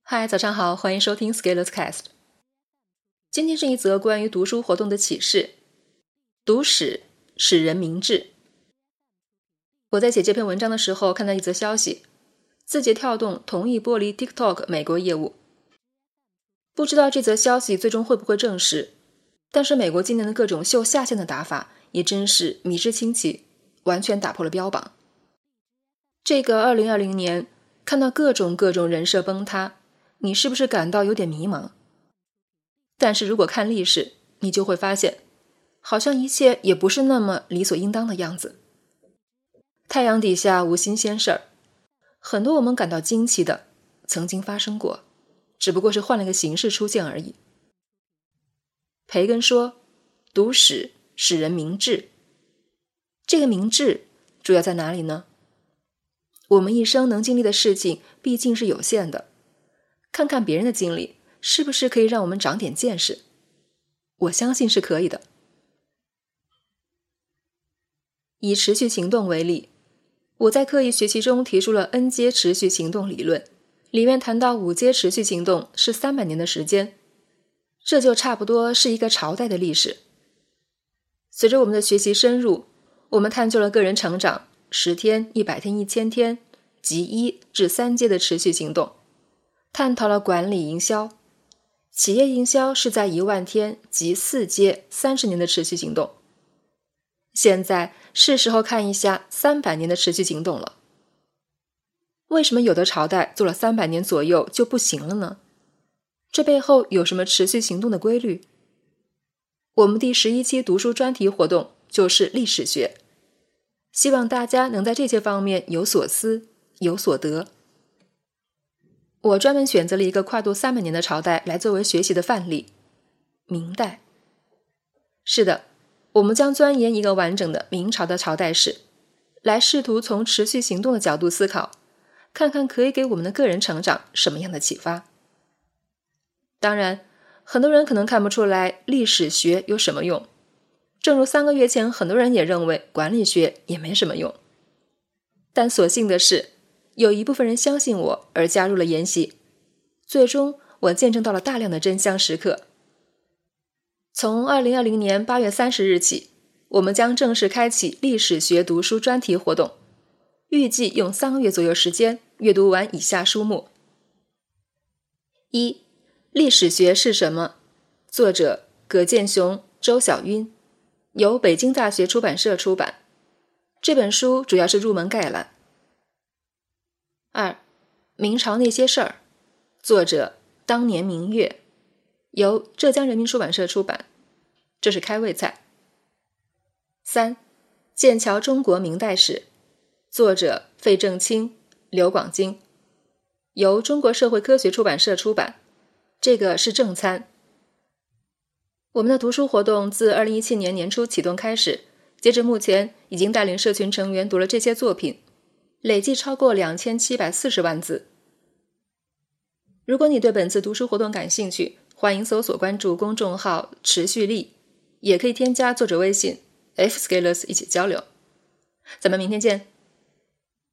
嗨，早上好，欢迎收听 Scalers Cast。 今天是一则关于读书活动的启示。读史使人明智。我在写这篇文章的时候看到一则消息，字节跳动同意剥离 TikTok 美国业务。不知道这则消息最终会不会证实，但是美国今年的各种秀下限的打法也真是迷之清奇，完全打破了标榜。这个2020年看到各种人设崩塌，你是不是感到有点迷茫？但是如果看历史，你就会发现，好像一切也不是那么理所应当的样子。太阳底下无新鲜事儿，很多我们感到惊奇的曾经发生过，只不过是换了个形式出现而已。培根说，读史使人明智。这个明智主要在哪里呢？我们一生能经历的事情毕竟是有限的，看看别人的经历，是不是可以让我们长点见识？我相信是可以的。以持续行动为例，我在刻意学习中提出了 N 阶持续行动理论，里面谈到5阶持续行动是300年的时间，这就差不多是一个朝代的历史。随着我们的学习深入，我们探究了个人成长10天、100天、1000天及1至3阶的持续行动，探讨了管理营销，企业营销是在10000天及4阶30年的持续行动。现在是时候看一下300年的持续行动了。为什么有的朝代做了300年左右就不行了呢？这背后有什么持续行动的规律？我们第11期读书专题活动就是历史学，希望大家能在这些方面有所思，有所得。我专门选择了一个跨度300年的朝代来作为学习的范例，明代。是的，我们将钻研一个完整的明朝的朝代史，来试图从持续行动的角度思考，看看可以给我们的个人成长什么样的启发。当然，很多人可能看不出来历史学有什么用，正如3个月前很多人也认为管理学也没什么用。但所幸的是，有一部分人相信我而加入了研习，最终我见证到了大量的真香时刻。从2020年8月30日起，我们将正式开启历史学读书专题活动，预计用3个月左右时间阅读完以下书目。1. 历史学是什么？作者葛剑雄、周晓晕，由北京大学出版社出版。这本书主要是入门概览。2. 明朝那些事儿，作者当年明月，由浙江人民出版社出版，这是开胃菜。3. 剑桥中国明代史，作者费正清、刘广京，由中国社会科学出版社出版，这个是正餐。我们的读书活动自2017年年初启动开始，截至目前已经带领社群成员读了这些作品，累计超过2740万字。如果你对本次读书活动感兴趣，欢迎搜索关注公众号持续力，也可以添加作者微信 F Scalers 一起交流。咱们明天见。